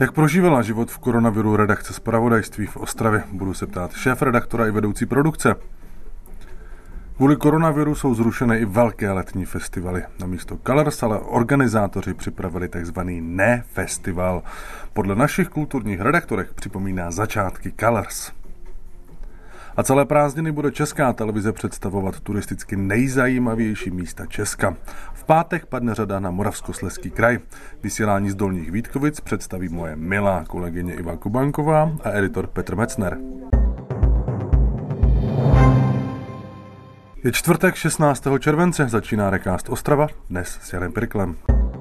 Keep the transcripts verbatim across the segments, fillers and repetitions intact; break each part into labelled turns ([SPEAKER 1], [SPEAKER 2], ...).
[SPEAKER 1] Jak prožívala život v koronaviru redakce zpravodajství v Ostravě? Budu se ptát šéfredaktora i vedoucí produkce. Kvůli koronaviru jsou zrušeny i velké letní festivaly. Namísto Colors ale organizátoři připravili takzvaný ne-festival. Podle našich kulturních redaktorek připomíná začátky Colors. A celé prázdniny bude Česká televize představovat turisticky nejzajímavější místa Česka. V pátek padne řada na Moravskoslezský kraj. Vysílání z Dolních Vítkovic představí moje milá kolegyně Iva Kubanková a editor Petr Metzner. Je čtvrtek šestnáctého července, začíná Recast Ostrava, dnes s Janem Pirklem.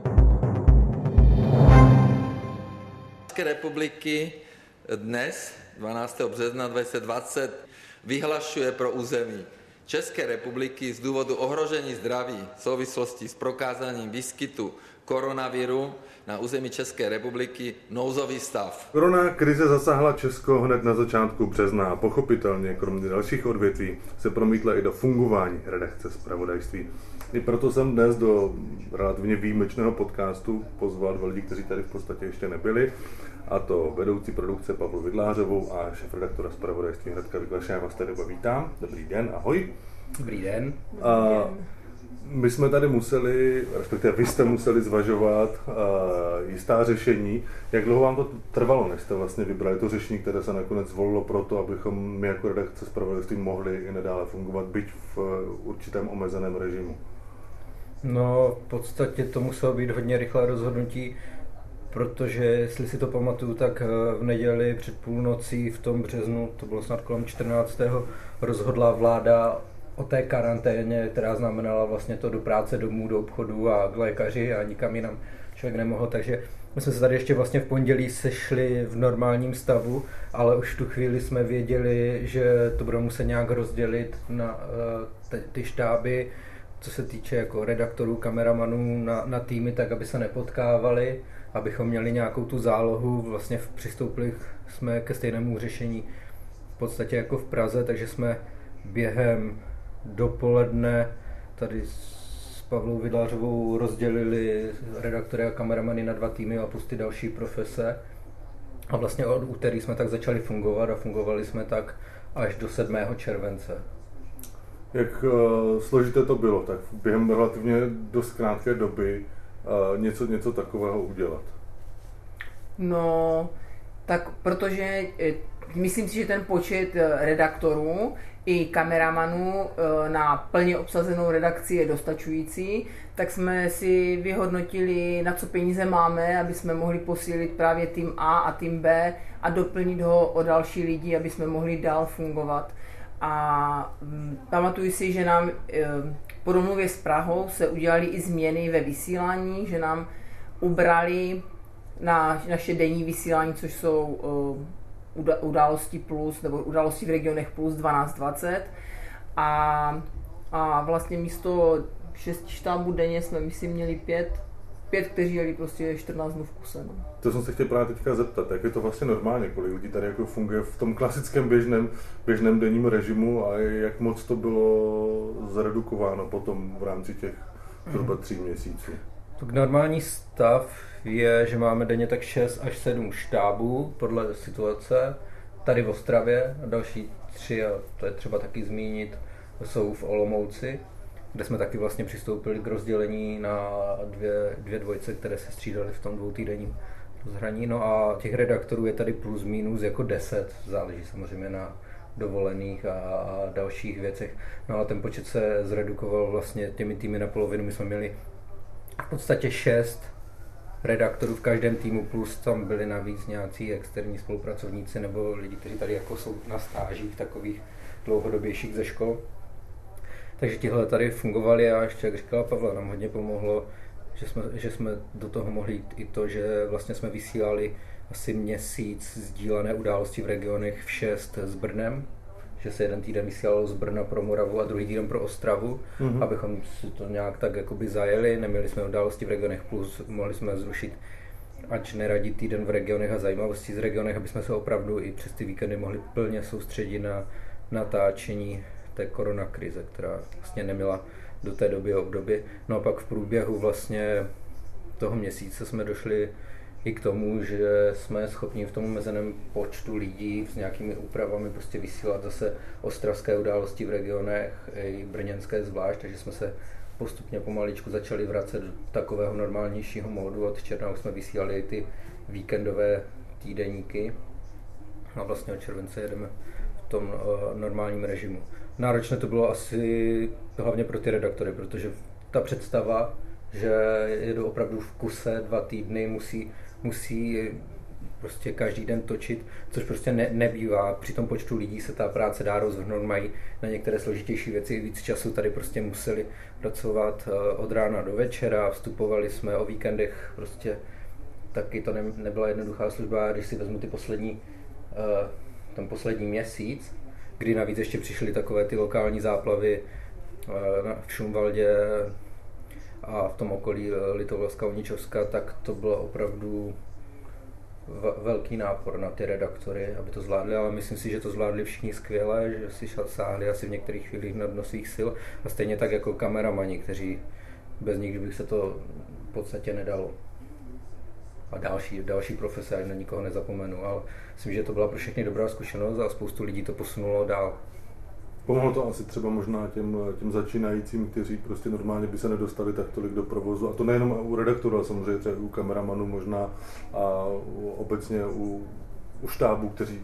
[SPEAKER 2] České republiky dnes, dvanáctého března dva tisíce dvacet, vyhlašuje pro území České republiky z důvodu ohrožení zdraví v souvislosti s prokázáním výskytu koronaviru na území České republiky nouzový stav.
[SPEAKER 1] Korona krize zasáhla Česko hned na začátku března a pochopitelně, kromě dalších odvětví, se promítla i do fungování redakce zpravodajství. I proto jsem dnes do relativně výjimečného podcastu pozval dva lidi, kteří tady v podstatě ještě nebyli, a to vedoucí produkce Pavlu Vidlářovou a šéfredaktora zpravodajství Radka Vikleša. Já vás tady vítám. Dobrý den, ahoj.
[SPEAKER 3] Dobrý den.
[SPEAKER 1] A my jsme tady museli, respektive vy jste museli zvažovat uh, jistá řešení. Jak dlouho vám to trvalo, než jste vlastně vybrali to řešení, které se nakonec zvolilo proto, abychom my jako redakce zpravodajství mohli i nadále fungovat, byť v uh, určitém omezeném režimu?
[SPEAKER 3] No, v podstatě to muselo být hodně rychlé rozhodnutí, protože, jestli si to pamatuju, tak v neděli před půlnocí v tom březnu, to bylo snad kolem čtrnáctého rozhodla vláda o té karanténě, která znamenala vlastně to do práce, domů, do obchodu a k lékaři a nikam jinam člověk nemohl, takže my jsme se tady ještě vlastně v pondělí sešli v normálním stavu, ale už v tu chvíli jsme věděli, že to budeme muset nějak rozdělit na uh, ty štáby, co se týče jako redaktorů, kameramanů na, na týmy, tak aby se nepotkávali, abychom měli nějakou tu zálohu. Vlastně přistoupili jsme ke stejnému řešení v podstatě jako v Praze, takže jsme během dopoledne tady s Pavlou Vidlářovou rozdělili redaktory a kameramany na dva týmy a plus ty další profese. A vlastně od úterý jsme tak začali fungovat a fungovali jsme tak až do sedmého července.
[SPEAKER 1] Jak uh, složité to bylo, tak během relativně dost krátké doby uh, něco, něco takového udělat?
[SPEAKER 4] No, tak protože myslím si, že ten počet redaktorů i kameramanů na plně obsazenou redakci je dostačující, tak jsme si vyhodnotili, na co peníze máme, aby jsme mohli posílit právě tým A a tým B a doplnit ho o další lidi, aby jsme mohli dál fungovat. A pamatuju si, že nám po domluvě s Prahou se udělaly i změny ve vysílání, že nám ubrali na naše denní vysílání, což jsou události plus, nebo události v regionech plus dvanáct dvacet. A, a vlastně místo šest štábů denně jsme, myslím, měli pět, pět, kteří jeli prostě čtrnáct dnů v kuse. No.
[SPEAKER 1] To jsem se chtěl právě teďka zeptat, jak je to vlastně normálně, kolik lidí tady jako funguje v tom klasickém běžném, běžném denním režimu a jak moc to bylo zredukováno potom v rámci těch zhruba tří měsíců?
[SPEAKER 3] Tak normální stav je, že máme denně tak šest až sedm štábů podle situace tady v Ostravě a další tři, a to je třeba taky zmínit, jsou v Olomouci, kde jsme taky vlastně přistoupili k rozdělení na dvě, dvě dvojce, které se střídaly v tom dvoutýdenním rozhraní. No a těch redaktorů je tady plus minus jako deset, záleží samozřejmě na dovolených a, a dalších věcech. No a ten počet se zredukoval vlastně těmi týmy na polovinu. My jsme měli v podstatě šest redaktorů v každém týmu, plus tam byli navíc nějací externí spolupracovníci nebo lidi, kteří tady jako jsou na stážích takových dlouhodobějších ze škol. Takže tihle tady fungovali a ještě, jak říkala Pavla, nám hodně pomohlo, že jsme, že jsme do toho mohli jít i to, že vlastně jsme vysílali asi měsíc sdílené události v regionech v šest s Brnem, že se jeden týden vysílalo z Brna pro Moravu a druhý týden pro Ostravu, mm-hmm. abychom si to nějak tak jakoby zajeli, neměli jsme události v regionech plus, mohli jsme zrušit ač neradit týden v regionech a zajímavosti z regionech, aby jsme se opravdu i přes ty víkendy mohli plně soustředit na natáčení té koronakrize, která vlastně neměla do té doby období. No a pak v průběhu vlastně toho měsíce jsme došli i k tomu, že jsme schopni v tom omezeném počtu lidí s nějakými úpravami prostě vysílat zase ostravské události v regionech, i brněnské zvlášť, takže jsme se postupně pomaličku začali vracet do takového normálnějšího módu. Od června už jsme vysílali i ty víkendové týdeníky a vlastně od července jedeme v tom uh, normálním režimu. Náročné to bylo asi hlavně pro ty redaktory, protože ta představa, že jedu opravdu v kuse dva týdny, musí, musí prostě každý den točit, což prostě ne, nebývá. Při tom počtu lidí se ta práce dá rozvrhnout, mají na některé složitější věci víc času, tady prostě museli pracovat od rána do večera, vstupovali jsme o víkendech, prostě taky to ne, nebyla jednoduchá služba. Když si vezmu ty poslední, ten poslední měsíc, kdy navíc ještě přišly takové ty lokální záplavy v Šumvaldě a v tom okolí Litovlavska, Uničovska, tak to bylo opravdu velký nápor na ty redaktory, aby to zvládli, ale myslím si, že to zvládli všichni skvěle, že si sáhli asi v některých chvílích na dno svých sil a stejně tak jako kameramani, kteří bez nich bych se to v podstatě nedalo. A další, další profese, ať na nikoho nezapomenu, ale myslím, že to byla pro všechny dobrá zkušenost a spoustu lidí to posunulo dál.
[SPEAKER 1] Pomohlo to asi třeba možná těm, těm začínajícím, kteří prostě normálně by se nedostali tak tolik do provozu. A to nejenom u redaktorů, ale samozřejmě třeba u kameramanů možná a obecně u, u štábů, kteří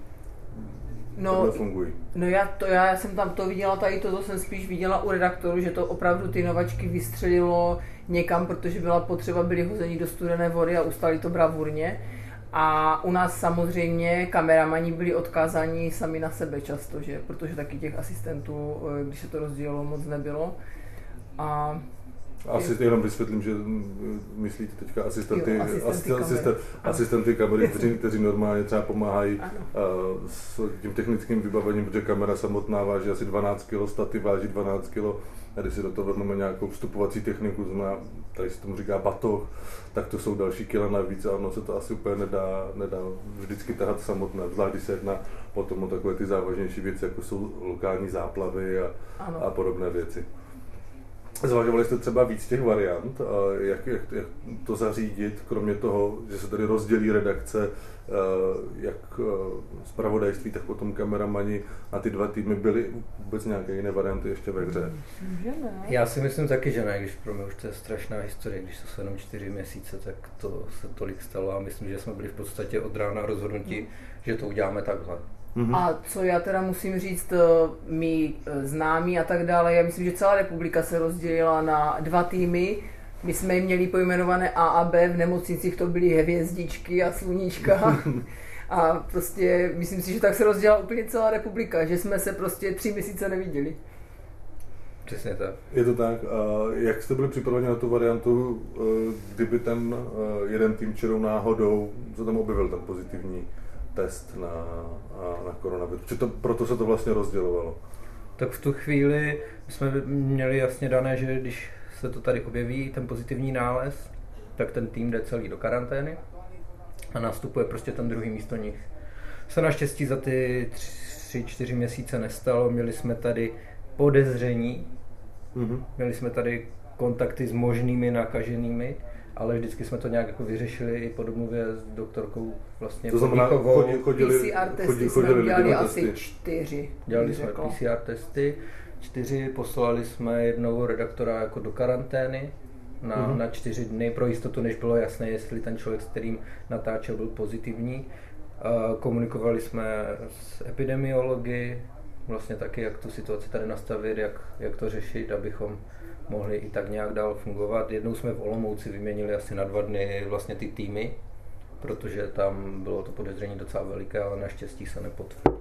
[SPEAKER 4] no,
[SPEAKER 1] fungují.
[SPEAKER 4] No já, to, já jsem tam to viděla, tady toto jsem spíš viděla u redaktorů, že to opravdu ty novačky vystřelilo někam, protože byla potřeba, byli hození do studené vody a ustali to bravurně. A u nás samozřejmě kameramani byli odkázáni sami na sebe často, že? Protože taky těch asistentů, když se to rozdělilo, moc nebylo. A
[SPEAKER 1] asi jenom vysvětlím, že myslíte teďka asistenty,
[SPEAKER 4] jo, asistenty,
[SPEAKER 1] asisten,
[SPEAKER 4] kamery.
[SPEAKER 1] asistenty kamery, kteří, kteří normálně třeba pomáhají uh, s tím technickým vybavením, protože kamera samotná váží asi dvanáct kilo, stativ váží dvanáct kilo. A když si do toho vezmeme nějakou vstupovací techniku, znamená, tady se tomu říká batoh, tak to jsou další kila navíc a ono se to asi úplně nedá, nedá vždycky tahat samotné, zvlášť když se jedná potom o takové ty závažnější věci, jako jsou lokální záplavy a, a podobné věci. Zvažovali jste třeba víc těch variant, jak, jak, jak to zařídit, kromě toho, že se tady rozdělí redakce, jak zpravodajství, tak potom kameramani na ty dva týmy, byly vůbec nějaké jiné varianty ještě ve hře?
[SPEAKER 3] Já si myslím taky, že ne, když pro mě už to je strašná historie, když to jsou jenom čtyři měsíce, tak to se tolik stalo a myslím, že jsme byli v podstatě od rána rozhodnutí, že to uděláme takhle.
[SPEAKER 4] Mm-hmm. A co já teda musím říct, my známí a tak dále, já myslím, že celá republika se rozdělila na dva týmy. My jsme jim měli pojmenované A a B, v nemocnicích to byly hvězdičky a sluníčka. A prostě myslím si, že tak se rozdělila úplně celá republika, že jsme se prostě tři měsíce neviděli.
[SPEAKER 3] Přesně tak.
[SPEAKER 1] Je to tak. A jak jste byli připraveni na tu variantu, kdyby ten jeden tým čirou náhodou se tam objevil ten pozitivní test na, na koronavirus? To, proto se to vlastně rozdělovalo.
[SPEAKER 3] Tak v tu chvíli jsme měli jasně dané, že když se to tady objeví, ten pozitivní nález, tak ten tým jde celý do karantény a nastupuje prostě ten druhý místo nich. Se naštěstí za ty tři, čtyři měsíce nestalo, měli jsme tady podezření, mm-hmm. měli jsme tady kontakty s možnými nakaženými, ale vždycky jsme to nějak jako vyřešili i po domluvě s doktorkou vlastně
[SPEAKER 1] to znamená, chodili, chodili,
[SPEAKER 4] P C R testy
[SPEAKER 1] chodili,
[SPEAKER 4] jsme
[SPEAKER 1] chodili
[SPEAKER 4] udělali asi
[SPEAKER 1] testy.
[SPEAKER 4] čtyři.
[SPEAKER 3] Dělali jsme P C R testy, čtyři, poslali jsme jednou redaktora jako do karantény na, mm-hmm. na čtyři dny, pro jistotu, než bylo jasné, jestli ten člověk, s kterým natáčel, byl pozitivní. Komunikovali jsme s epidemiology, vlastně taky, jak tu situaci tady nastavit, jak, jak to řešit, abychom mohli i tak nějak dál fungovat. Jednou jsme v Olomouci vyměnili asi na dva dny vlastně ty týmy, protože tam bylo to podezření docela veliké, ale naštěstí se nepotvrdilo.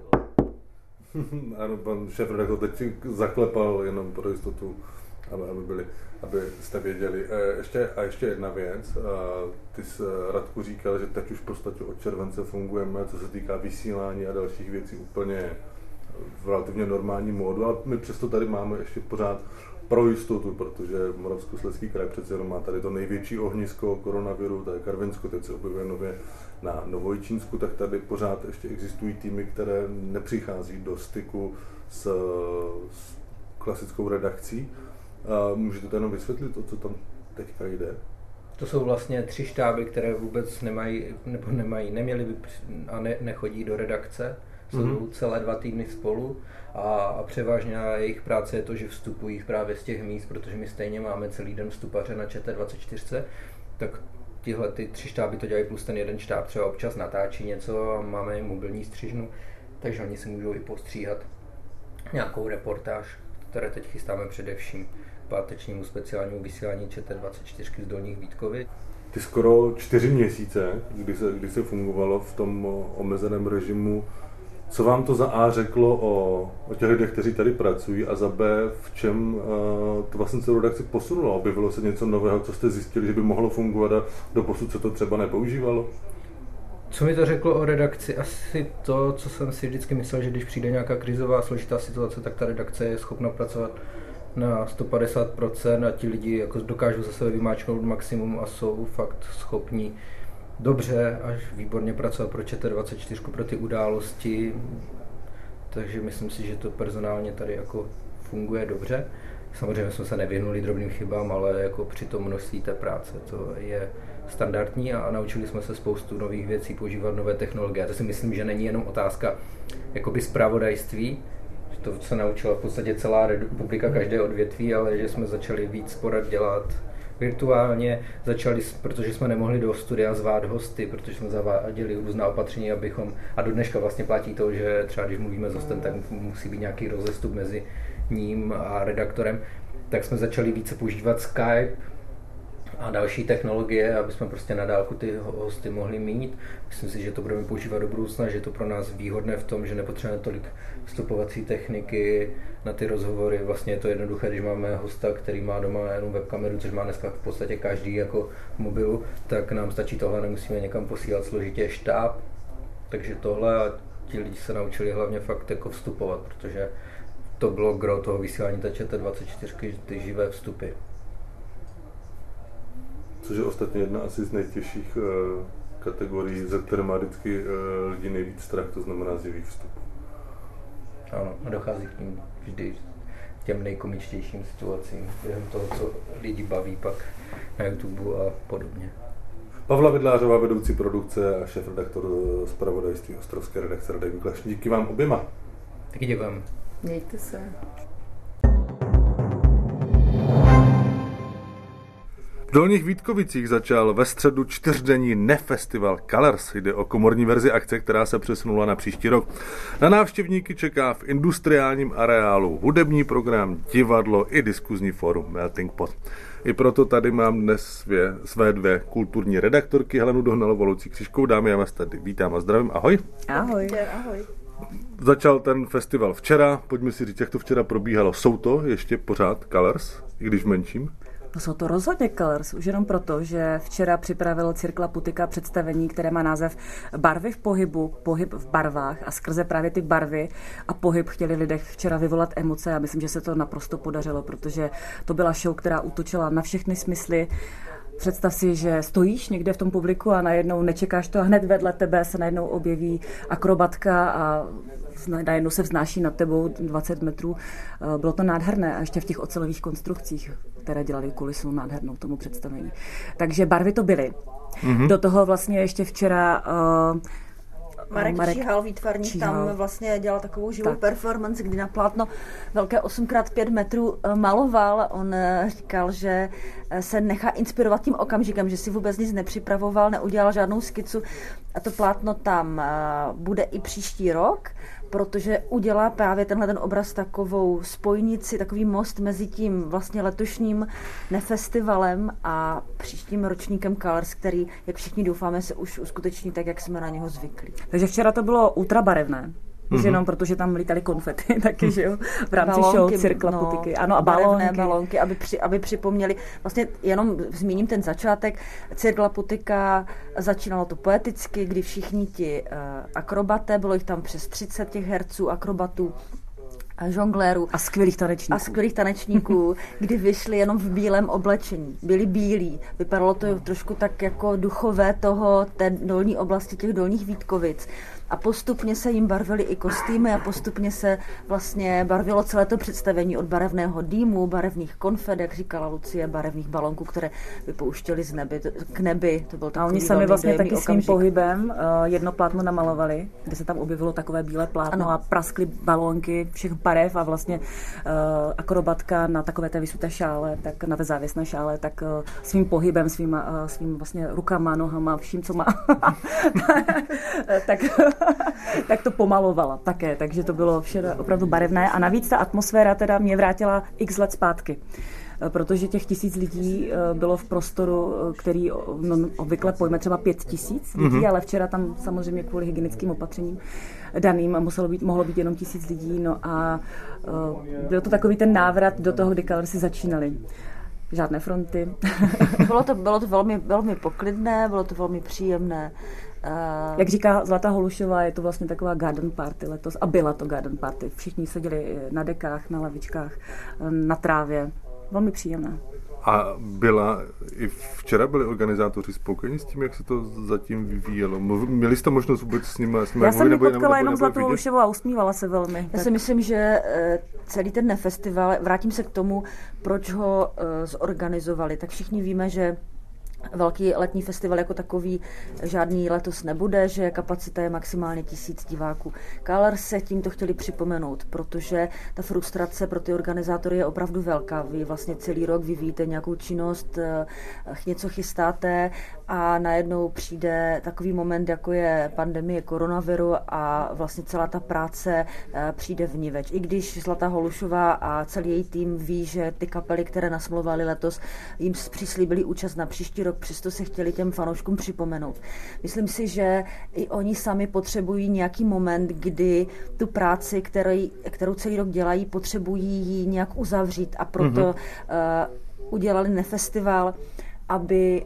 [SPEAKER 1] Ano, pan šéfredaktor teď zaklepal jenom pro jistotu, aby, aby, byli, aby jste věděli. Ještě, a ještě jedna věc. Ty jsi, Radku, říkal, že teď už v podstatě od července fungujeme, co se týká vysílání a dalších věcí, úplně v relativně normálním módu, ale my přesto tady máme ještě pořád pro jistotu, protože Moravskoslezský kraj přece jenom má tady to největší ohnisko koronaviru, tady Karvinsko, teď se objevuje nově na Novojčínsku, tak tady pořád ještě existují týmy, které nepřichází do styku s, s klasickou redakcí. A můžete to jenom vysvětlit, o co tam teďka jde?
[SPEAKER 3] To jsou vlastně tři štáby, které vůbec nemají, nebo nemají, neměli by a ne, nechodí do redakce. Jsou mm-hmm. celé dva týdny spolu a, a převážně jejich práce je to, že vstupují právě z těch míst, protože my stejně máme celý den vstupaře na Č T dvacet čtyři, tak tyhle ty tři štáby to dělají plus ten jeden štáb třeba občas natáčí něco a máme mobilní střižnu, takže oni si můžou i postříhat nějakou reportáž, které teď chystáme především pátečnímu speciálnímu vysílání Č T dvacet čtyři z Dolních Vítkovic.
[SPEAKER 1] Ty skoro čtyři měsíce, kdy se, kdy se fungovalo v tom omezeném režimu, co vám to za A řeklo o, o těch lidech, kteří tady pracují, a za B, v čem uh, to vlastně celou redakci posunulo? Objevilo se něco nového, co jste zjistili, že by mohlo fungovat a doposud se to třeba nepoužívalo?
[SPEAKER 3] Co mi to řeklo o redakci? Asi to, co jsem si vždycky myslel, že když přijde nějaká krizová složitá situace, tak ta redakce je schopna pracovat na sto padesát procent a ti lidi jako dokážou za sebe vymáčknout maximum a jsou fakt schopní dobře až výborně pracovat pro Č T dvacet čtyři, pro ty události. Takže myslím si, že to personálně tady jako funguje dobře. Samozřejmě jsme se nevyhnuli drobným chybám, ale jako při tom množství té práce to je standardní a naučili jsme se spoustu nových věcí, používat nové technologie. To si myslím, že není jenom otázka jakoby zpravodajství, že to se naučila v podstatě celá republika, každé odvětví, ale že jsme začali víc porad dělat virtuálně, začali, protože jsme nemohli do studia zvát hosty, protože jsme zaváděli různá opatření, abychom, a do dneška vlastně platí to, že třeba když mluvíme s hostem, tak musí být nějaký rozestup mezi ním a redaktorem, tak jsme začali více používat Skype a další technologie, aby jsme prostě na dálku ty hosty mohli mít. Myslím si, že to budeme používat do budoucna, že je to pro nás výhodné v tom, že nepotřebujeme tolik vstupovací techniky na ty rozhovory. Vlastně je to jednoduché, když máme hosta, který má doma jenom webkameru, což má dneska v podstatě každý jako v mobilu, tak nám stačí tohle, nemusíme někam posílat složitě štáb. Takže tohle a ti lidi se naučili hlavně fakt jako vstupovat, protože to bylo gro toho vysílání Č T dvacet čtyři, ty živé vstupy.
[SPEAKER 1] Což je ostatně jedna asi z nejtěžších uh, kategorií, ze které má vždycky uh, lidi nejvíc strach, to znamená z živých vstupů.
[SPEAKER 3] Ano, a dochází k tím vždy těm nejkomičtějším situacím, během toho, co lidi baví pak na YouTube a podobně.
[SPEAKER 1] Pavla Vidlářová, vedoucí produkce a šéfredaktor zpravodajství ostravské redakce Radek Miklaš. Díky vám oběma.
[SPEAKER 3] Taky děkujeme.
[SPEAKER 4] Mějte se.
[SPEAKER 1] V Dolních Vítkovicích začal ve středu čtyřdenní nefestival Colors. Jde o komorní verzi akce, která se přesunula na příští rok. Na návštěvníky čeká v industriálním areálu hudební program, divadlo i diskuzní fórum Melting Pot. I proto tady mám dnes svě, své dvě kulturní redaktorky, Helenu Dohnalovou, Lucí Křižkovou. Dámy, já vás tady vítám a zdravím. Ahoj.
[SPEAKER 5] Ahoj. Ahoj.
[SPEAKER 1] Začal ten festival včera, pojďme si říct, jak to včera probíhalo. Jsou to ještě pořád Colors, i když menším?
[SPEAKER 5] No jsou to rozhodně Colors, už jenom proto, že včera připravil Cirkla Putika představení, které má název Barvy v pohybu, pohyb v barvách, a skrze právě ty barvy a pohyb chtěli lidé včera vyvolat emoce. Já myslím, že se to naprosto podařilo, protože to byla show, která útočila na všechny smysly. Představ si, že stojíš někde v tom publiku a najednou nečekáš to a hned vedle tebe se najednou objeví akrobatka a najednou se vznáší nad tebou dvacet metrů. Bylo to nádherné a ještě v těch ocelových konstrukcích, které dělali kulisu nádhernou tomu představení. Takže barvy to byly. Mm-hmm. Do toho vlastně ještě včera uh,
[SPEAKER 6] Marek, Marek Číhal, výtvarník, Číhal. Tam vlastně dělal takovou živou tak. performance, kdy na plátno velké osm krát pět metrů maloval. On říkal, že se nechá inspirovat tím okamžikem, že si vůbec nic nepřipravoval, neudělal žádnou skicu a to plátno tam bude i příští rok, protože udělá právě tenhle ten obraz takovou spojnici, takový most mezi tím vlastně letošním nefestivalem a příštím ročníkem Colors, který, jak všichni doufáme, se už uskuteční tak, jak jsme na něho zvyklí.
[SPEAKER 5] Takže včera to bylo ultrabarevné. Už jenom protože tam lítali konfety taky, že jo, v rámci balónky, show Cirkla no, Putiky. Ano, a balónky.
[SPEAKER 6] balónky, aby, při, aby připomněli, vlastně jenom zmíním ten začátek, Cirkla Putika začínalo to poeticky, kdy všichni ti uh, akrobaté, bylo jich tam přes třicet těch herců, akrobatů, žonglérů
[SPEAKER 5] a skvělých tanečníků,
[SPEAKER 6] a skvělých tanečníků kdy vyšli jenom v bílém oblečení. Byli bílí. Vypadalo to trošku tak jako duchové toho, té dolní oblasti těch dolních Vítkovic. A postupně se jim barvily i kostýmy a postupně se vlastně barvilo celé to představení od barevného dýmu, barevných konfet, jak říkala Lucie, barevných balonků, které vypouštěly z nebi, k nebi. To byl
[SPEAKER 5] a oni sami vlastně taky okamžik. Svým pohybem jedno plátno namalovali, kde se tam objevilo takové bílé plátno ano. a praskly balónky všech barev a vlastně uh, akrobatka na takové té vysuté šále, tak na té závěsné šále, tak uh, svým pohybem, svým, uh, svým vlastně rukama, nohama, vším, co má, tak tak to pomalovala také, takže to bylo vše opravdu barevné a navíc ta atmosféra teda mě vrátila x let zpátky, protože těch tisíc lidí bylo v prostoru, který no, obvykle pojme třeba pět tisíc lidí, mm-hmm. ale včera tam samozřejmě kvůli hygienickým opatřením daným muselo být, mohlo být jenom tisíc lidí, no a uh, byl to takový ten návrat do toho, kdy Colorsy začínali. Žádné fronty.
[SPEAKER 6] Bylo to, bylo to velmi, velmi poklidné, bylo to velmi příjemné.
[SPEAKER 5] Uh, Jak říká Zlata Holušová, je to vlastně taková garden party letos a byla to garden party. Všichni seděli na dekách, na lavičkách, na trávě. Velmi příjemné.
[SPEAKER 1] A byla, i včera byli organizátoři spokojení s tím, jak se to zatím vyvíjelo? Měli jste možnost vůbec s nimi mluvit?
[SPEAKER 5] Já jsem nepotkala jenom Zlatou Holušovou a usmívala se velmi.
[SPEAKER 6] Já si myslím, že celý ten festival, vrátím se k tomu, proč ho zorganizovali, tak všichni víme, že velký letní festival jako takový žádný letos nebude, že kapacita je maximálně tisíc diváků. Colors se tímto chtěli připomenout, protože ta frustrace pro ty organizátory je opravdu velká. Vy vlastně celý rok vyvíjíte nějakou činnost, něco chystáte a najednou přijde takový moment, jako je pandemie koronaviru a vlastně celá ta práce přijde vniveč. I když Zlata Holušová a celý její tým ví, že ty kapely, které nasmlouvaly letos, jim přislíbili účast na příští rok, přesto se chtěli těm fanouškům připomenout. Myslím si, že i oni sami potřebují nějaký moment, kdy tu práci, který, kterou celý rok dělají, potřebují ji nějak uzavřít a proto mm-hmm. uh, udělali nefestival, aby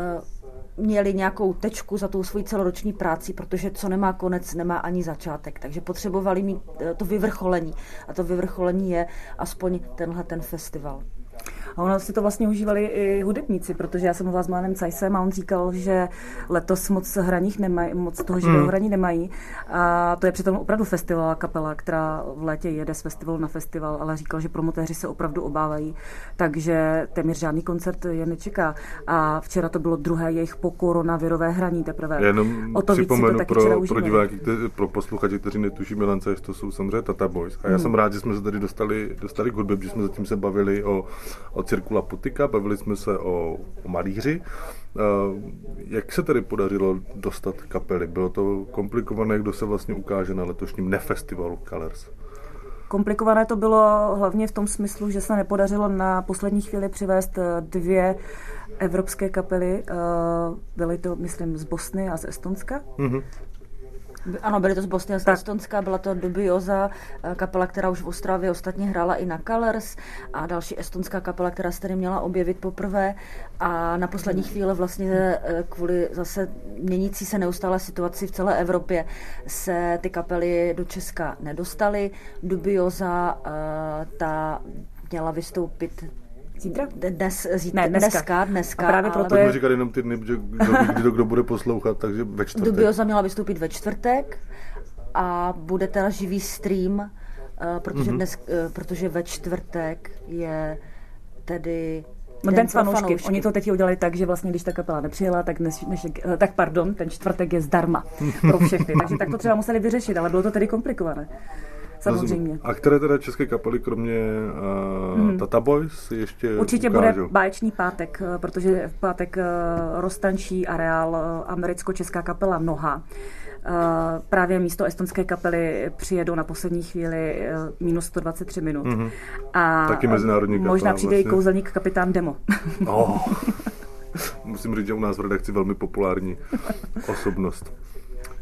[SPEAKER 6] uh, měli nějakou tečku za tou svoji celoroční práci, protože co nemá konec, nemá ani začátek. Takže potřebovali mít to vyvrcholení. A to vyvrcholení je aspoň tenhle ten festival.
[SPEAKER 5] A ono si to vlastně užívali i hudebníci, protože já jsem mluvila s Milanem Cajsem a on říkal, že letos moc hraních nemají, moc toho živého hraní nemají. A to je přitom opravdu festivalová kapela, která v létě jede z festivalu na festival, ale říkal, že promotéři se opravdu obávají, takže téměř žádný koncert je nečeká. A včera to bylo druhé jejich po koronavirové hraní teprve.
[SPEAKER 1] Jenom
[SPEAKER 5] o to
[SPEAKER 1] připomenu to pro, pro diváky, kteří, pro posluchače, kteří netuší Milan Cajs, to jsou samozřejmě Tata Boys. A já hmm. jsem rád, že jsme se tady dostali, dostali k hudbě, protože jsme zatím se bavili o o Cirkula Putika, bavili jsme se o, o malíři. Jak se tedy podařilo dostat kapely? Bylo to komplikované, kdo se vlastně ukáže na letošním nefestivalu Colors?
[SPEAKER 5] Komplikované to bylo hlavně v tom smyslu, že se nepodařilo na poslední chvíli přivést dvě evropské kapely. Byly to, myslím, z Bosny a z Estonska. Mm-hmm.
[SPEAKER 6] Ano, byly to z Bosny a z Estonska, byla to Dubioza, kapela, která už v Ostravě ostatně hrála i na Colors a další estonská kapela, která se tady měla objevit poprvé a na poslední chvíli vlastně kvůli zase měnící se neustále situaci v celé Evropě se ty kapely do Česka nedostaly. Dubioza ta měla vystoupit
[SPEAKER 5] Zítra?
[SPEAKER 6] Dnes, zítra,
[SPEAKER 5] ne, dneska.
[SPEAKER 6] dneska, dneska.
[SPEAKER 5] A právě
[SPEAKER 6] ale...
[SPEAKER 5] proto je...
[SPEAKER 1] říkat jenom ty dny, že kdo, kdo, kdo bude poslouchat, takže ve čtvrtek.
[SPEAKER 6] Dubioza měla vystoupit ve čtvrtek a bude teda živý stream, uh, protože, mm-hmm. dnes, uh, protože ve čtvrtek je tedy
[SPEAKER 5] No den fanoušky. fanoušky. Oni to teď udělali tak, že vlastně, když ta kapela nepřijela, tak, dnes, než, tak pardon, ten čtvrtek je zdarma pro všechny. Takže tak to třeba museli vyřešit, ale bylo to tedy komplikované. Samozřejmě.
[SPEAKER 1] A které teda české kapely, kromě uh, hmm. Tata Boys, ještě
[SPEAKER 5] určitě
[SPEAKER 1] ukážou?
[SPEAKER 5] Bude báječný pátek, protože v pátek uh, roztančí areál uh, americko-česká kapela Noha. Uh, právě místo estonské kapely přijedou na poslední chvíli uh, minus sto dvacet tři minut. Mm-hmm. A
[SPEAKER 1] taky mezinárodní kapela.
[SPEAKER 5] Možná přijde
[SPEAKER 1] vlastně.
[SPEAKER 5] I kouzelník kapitán Demo.
[SPEAKER 1] Oh. Musím říct, že u nás v redakci velmi populární osobnost.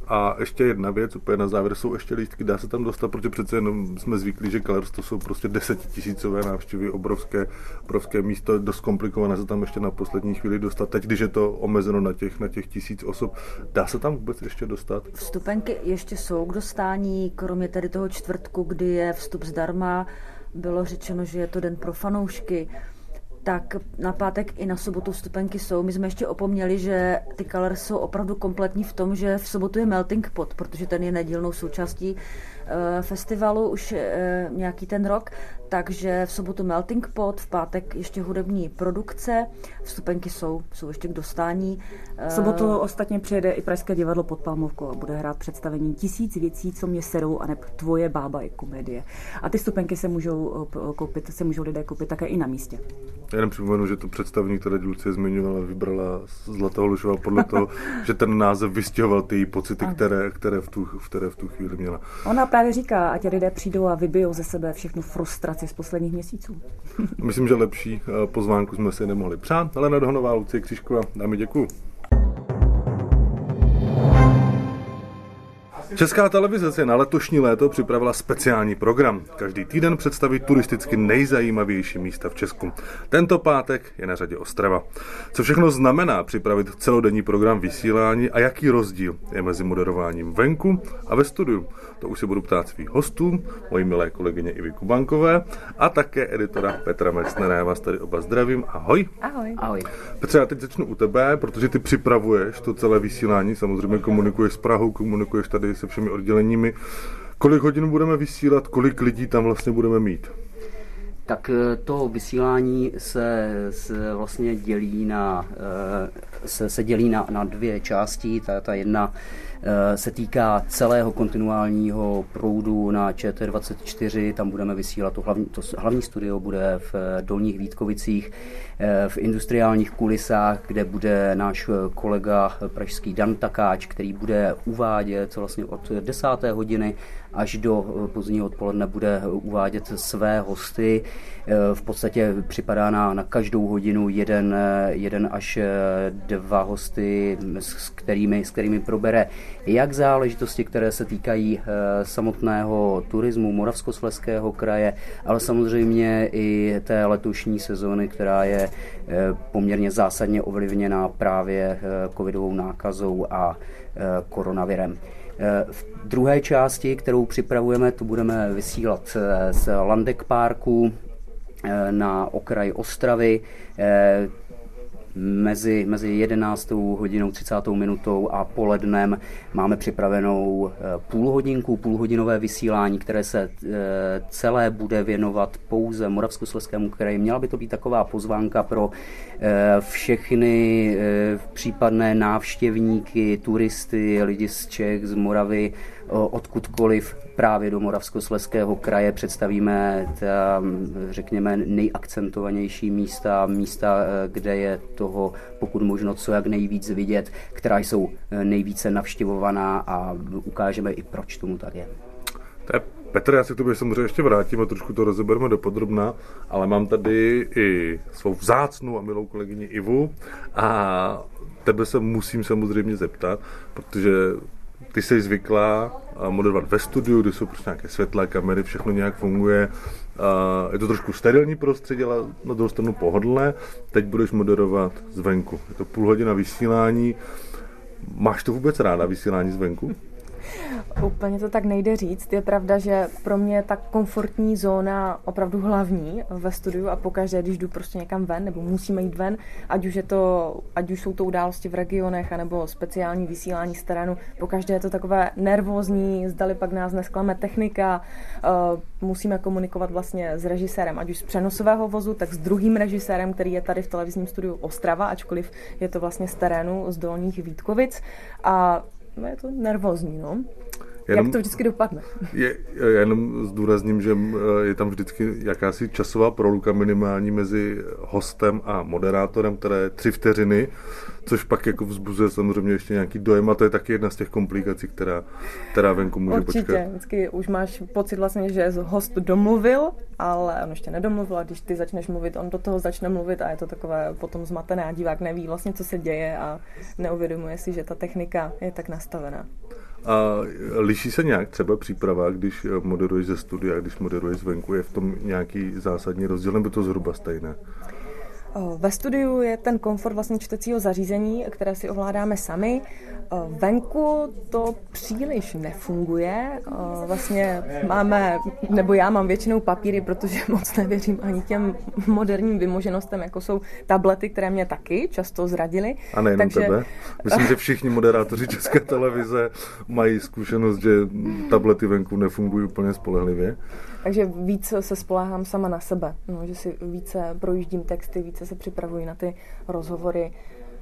[SPEAKER 1] A ještě jedna věc, úplně na závěr, jsou ještě lístky, dá se tam dostat, protože přece jenom jsme zvyklí, že Colors to jsou prostě desetitisícové návštěvy, obrovské, obrovské místo, dost komplikované se tam ještě na poslední chvíli dostat. Teď, když je to omezeno na těch, na těch tisíc osob, dá se tam vůbec ještě dostat?
[SPEAKER 6] Vstupenky ještě jsou k dostání, kromě tedy toho čtvrtku, kdy je vstup zdarma. Bylo řečeno, že je to den pro fanoušky. Tak na pátek i na sobotu vstupenky jsou. My jsme ještě opomněli, že ty Colors jsou opravdu kompletní v tom, že v sobotu je Melting Pot, protože ten je nedílnou součástí uh, festivalu už uh, nějaký ten rok. Takže v sobotu Melting Pot, v pátek ještě hudební produkce, vstupenky jsou, jsou ještě k dostání.
[SPEAKER 5] V sobotu ostatně přijede i Pražské divadlo pod Palmovkou a bude hrát představení Tisíc věcí, co mě serou, aneb Tvoje bába je komedie. A ty vstupenky se můžou koupit, se můžou lidé koupit také i na místě.
[SPEAKER 1] Já jenom připomenu, že to představení, které Lucie zmiňovala, vybrala Zlatého Lušova podle toho, že ten název vystěhoval ty pocity, které, které, v tu, které v tu chvíli měla.
[SPEAKER 5] Ona právě říká, ať lidé přijdou a vybijou ze sebe všechnu frustraci z posledních měsíců.
[SPEAKER 1] Myslím, že lepší pozvánku jsme si nemohli přát, ale Dohnová, Lucie Křížková, dámy děkuju. Česká televize si na letošní léto připravila speciální program. Každý týden představí turisticky nejzajímavější místa v Česku. Tento pátek je na řadě Ostrava. Co všechno znamená připravit celodenní program vysílání a jaký rozdíl je mezi moderováním venku a ve studiu? To už se budu ptát svých hostů, mojí milé kolegyně Ivy Kubankové a také editora Petra Messnera. Já vás tady oba zdravím. Ahoj.
[SPEAKER 4] Ahoj.
[SPEAKER 3] Ahoj.
[SPEAKER 1] Petře, já teď začnu u tebe, protože ty připravuješ to celé vysílání, samozřejmě komunikuješ s Prahou, komunikuješ tady se všemi odděleními. Kolik hodin budeme vysílat, kolik lidí tam vlastně budeme mít?
[SPEAKER 7] Tak to vysílání se, se vlastně dělí na, se, se dělí na, na dvě části. Ta, ta jedna se týká celého kontinuálního proudu na Č T dvacet čtyři, tam budeme vysílat, to hlavní, to hlavní studio bude v Dolních Vítkovicích, v industriálních kulisách, kde bude náš kolega pražský Dan Takáč, který bude uvádět vlastně od desáté hodiny až do pozdního odpoledne bude uvádět své hosty. V podstatě připadá na, na každou hodinu jeden, jeden až dva hosty, s kterými, s kterými probere jak záležitosti, které se týkají samotného turismu Moravskoslezského kraje, ale samozřejmě i té letošní sezóny, která je poměrně zásadně ovlivněna právě covidovou nákazou a koronavirem. V druhé části, kterou připravujeme, tu budeme vysílat z Landek Parku na okraji Ostravy. Mezi, mezi jedenáctou hodinou třicátou minutou a polednem máme připravenou půlhodinku, půlhodinové vysílání, které se celé bude věnovat pouze Moravskoslezskému kraji. Měla by to být taková pozvánka pro všechny případné návštěvníky, turisty, lidi z Čech, z Moravy, odkudkoliv právě do Moravskoslezského kraje. Představíme ta, řekněme, nejakcentovanější místa, místa, kde je toho pokud možno co jak nejvíc vidět, která jsou nejvíce navštěvovaná a ukážeme i proč tomu tak je.
[SPEAKER 1] To je Petr, já se k tobě samozřejmě ještě vrátím a trošku to rozebereme dopodrobna, ale mám tady i svou vzácnou a milou kolegyni Ivu a tebe se musím samozřejmě zeptat, protože ty jsi zvyklá moderovat ve studiu, kde jsou prostě nějaké světlé kamery, všechno nějak funguje. Je to trošku sterilní prostředí, ale na druhou stranu pohodlné. Teď budeš moderovat zvenku. Je to půl hodina vysílání. Máš to vůbec ráda, vysílání zvenku?
[SPEAKER 8] Úplně to tak nejde říct. Je pravda, že pro mě je ta komfortní zóna opravdu hlavní ve studiu a pokaždé, když jdu prostě někam ven, nebo musíme jít ven, ať už, je to, ať už jsou to události v regionech, anebo speciální vysílání z terénu, pokaždé je to takové nervózní, zdali pak nás nesklame technika, uh, musíme komunikovat vlastně s režisérem, ať už z přenosového vozu, tak s druhým režisérem, který je tady v televizním studiu Ostrava, ačkoliv je to vlastně z terénu, z Dolních Vítkovic a no je to nervózní, no. Jenom, jak to vždycky dopadne?
[SPEAKER 1] Je, já jenom zdůrazním, že je tam vždycky jakási časová proluka minimální mezi hostem a moderátorem, které je tři vteřiny, což pak jako vzbuzuje samozřejmě ještě nějaký dojem a to je taky jedna z těch komplikací, která, která venku může
[SPEAKER 8] Určitě.
[SPEAKER 1] počkat.
[SPEAKER 8] Určitě, vždycky už máš pocit vlastně, že host domluvil, ale on ještě nedomluvil a když ty začneš mluvit, on do toho začne mluvit a je to takové potom zmatené a divák neví vlastně, co se děje a neuvědomuje si, že ta technika je tak nastavená.
[SPEAKER 1] A liší se nějak třeba příprava, když moderuješ ze studia, když moderuješ zvenku, je v tom nějaký zásadní rozdíl, nebo to zhruba stejné?
[SPEAKER 8] Ve studiu je ten komfort vlastně čtecího zařízení, které si ovládáme sami. Venku to příliš nefunguje. Vlastně máme, nebo já mám většinou papíry, protože moc nevěřím ani těm moderním vymoženostem, jako jsou tablety, které mě taky často zradily.
[SPEAKER 1] A nejenom Takže... tebe. Myslím, že všichni moderátoři České televize mají zkušenost, že tablety venku nefungují úplně spolehlivě.
[SPEAKER 8] Takže víc se spoléhám sama na sebe, no, že si více projíždím texty, více se připravuji na ty rozhovory.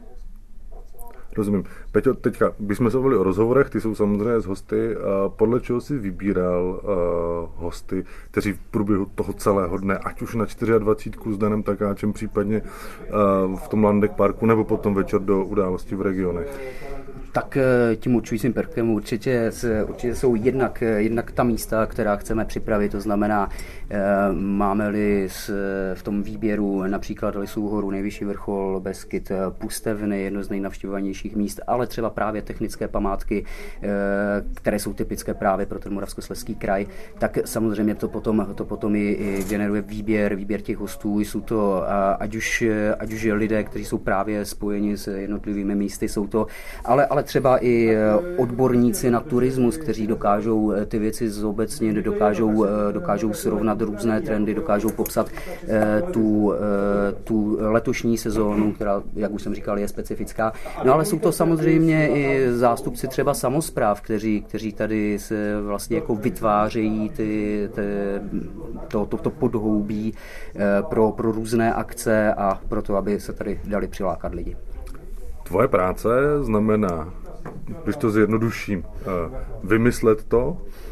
[SPEAKER 1] Rozumím. Peťo, teďka, bychom se bavili o rozhovorech, ty jsou samozřejmě z hosty. A podle čeho jsi vybíral uh, hosty, kteří v průběhu toho celého dne, ať už na dvacet čtyři s Danem Takáčem, případně uh, v tom Landek parku, nebo potom večer do událostí v regionech?
[SPEAKER 7] Tak tím určujícím prvkem určitě, určitě jsou jednak, jednak ta místa, která chceme připravit, to znamená, máme-li v tom výběru například Lisou horu, nejvyšší vrchol Beskyd, Pustevny, jedno z nejnavštěvovanějších míst, ale třeba právě technické památky, které jsou typické právě pro ten Moravskoslezský kraj, tak samozřejmě to potom, to potom i, i generuje výběr, výběr těch hostů. Jsou to ať už, ať už lidé, kteří jsou právě spojeni s jednotlivými místy, jsou to, ale, ale třeba i odborníci na turismus, kteří dokážou ty věci zobecnit, dokážou, dokážou srovnat různé trendy, dokážou popsat tu, tu letošní sezónu, která, jak už jsem říkal, je specifická. No ale jsou to samozřejmě i zástupci třeba samospráv, kteří, kteří tady se vlastně jako vytvářejí ty, ty, to, to, to podhoubí pro, pro různé akce a pro to, aby se tady dali přilákat lidi.
[SPEAKER 1] Tvoje práce znamená, když to zjednoduším, vymyslet to,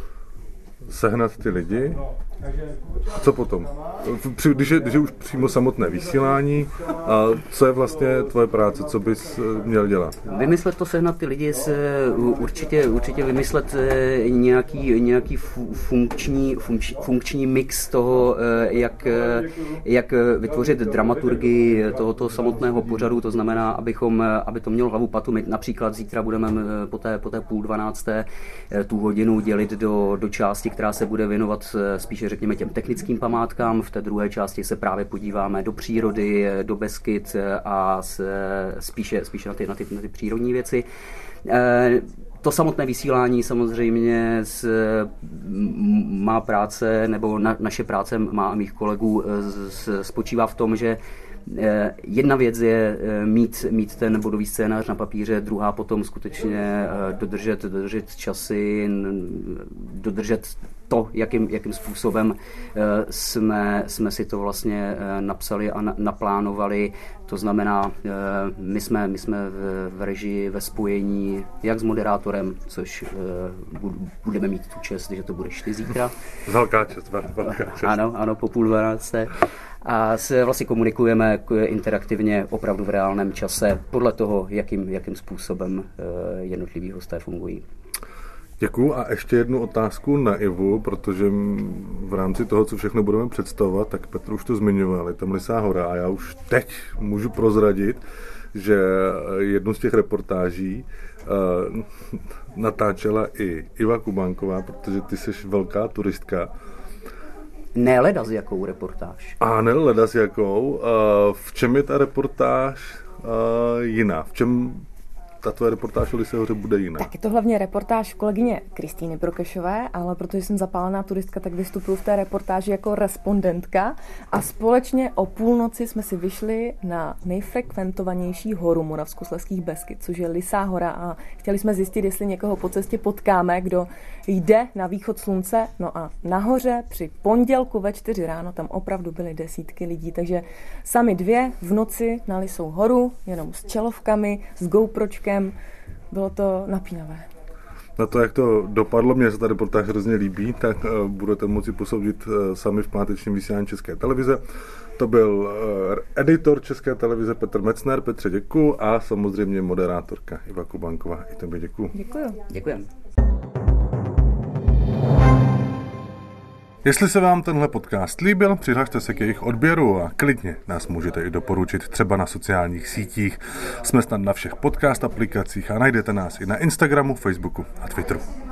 [SPEAKER 1] sehnat ty lidi. Co potom? Když je, když je už přímo samotné vysílání, a co je vlastně tvoje práce, co bys měl dělat?
[SPEAKER 7] Vymyslet to, sehnat ty lidi, určitě, určitě vymyslet nějaký, nějaký funkční, funkční mix toho, jak, jak vytvořit dramaturgii tohoto samotného pořadu, to znamená, abychom, aby to mělo hlavu patu. My například zítra budeme po té, po té půl dvanácté tu hodinu dělit do, do části, která se bude věnovat spíše řekněme těm technickým památkám. V té druhé části se právě podíváme do přírody, do Beskyd a spíše, spíše na, ty, na, ty, na ty přírodní věci. To samotné vysílání samozřejmě s, má práce, nebo na, naše práce má a mých kolegů s, spočívá v tom, že jedna věc je mít, mít ten bodový scénář na papíře, druhá potom skutečně dodržet, dodržet časy, dodržet to, jakým, jakým způsobem jsme, jsme si to vlastně napsali a naplánovali. To znamená, my jsme, my jsme v, v režii, ve spojení jak s moderátorem, což budeme mít tu čest, že to bude šli zítra.
[SPEAKER 1] Velká čest, velká čest.
[SPEAKER 7] Ano, ano, po půl dvanácté. A se vlastně komunikujeme interaktivně opravdu v reálném čase podle toho, jakým, jakým způsobem jednotliví hosté fungují.
[SPEAKER 1] Děkuju a ještě jednu otázku na Ivu, protože v rámci toho, co všechno budeme představovat, tak Petr už to zmiňoval, je tam Lisá hora a já už teď můžu prozradit, že jednu z těch reportáží uh, natáčela i Iva Kubánková, protože ty jsi velká turistka.
[SPEAKER 7] Ne leda s jakou reportáž.
[SPEAKER 1] A ne leda s jakou. Uh, v čem je ta reportáž uh, jiná? V čem ta tvoje reportáž o Lysé hoře bude jiná?
[SPEAKER 8] Tak je to hlavně reportáž kolegyně Kristýny Prokešové, ale protože jsem zapálená turistka, tak vystupuju v té reportáži jako respondentka a společně o půlnoci jsme si vyšli na nejfrekventovanější horu Moravskoslezských Beskyd, což je Lysá hora a chtěli jsme zjistit, jestli někoho po cestě potkáme, kdo jde na východ slunce. No a nahoře při pondělku ve čtyři ráno tam opravdu byly desítky lidí, takže sami dvě v noci na Lysou horu, jenom s čelovkami, s GoPročkem. Bylo to napínavé.
[SPEAKER 1] Na to, jak to dopadlo, mě se ta reportáž hrozně líbí, tak uh, budete moci posoudit uh, sami v pátečním vysílání České televize. To byl uh, editor České televize Petr Metzner. Petře, děkuju a samozřejmě moderátorka Iva Kubánková. I tebe děkuju.
[SPEAKER 8] Děkuju.
[SPEAKER 7] Děkujem.
[SPEAKER 1] Jestli se vám tenhle podcast líbil, přihlašte se k jejich odběru a klidně nás můžete i doporučit třeba na sociálních sítích. Jsme snad na všech podcast aplikacích a najdete nás i na Instagramu, Facebooku a Twitteru.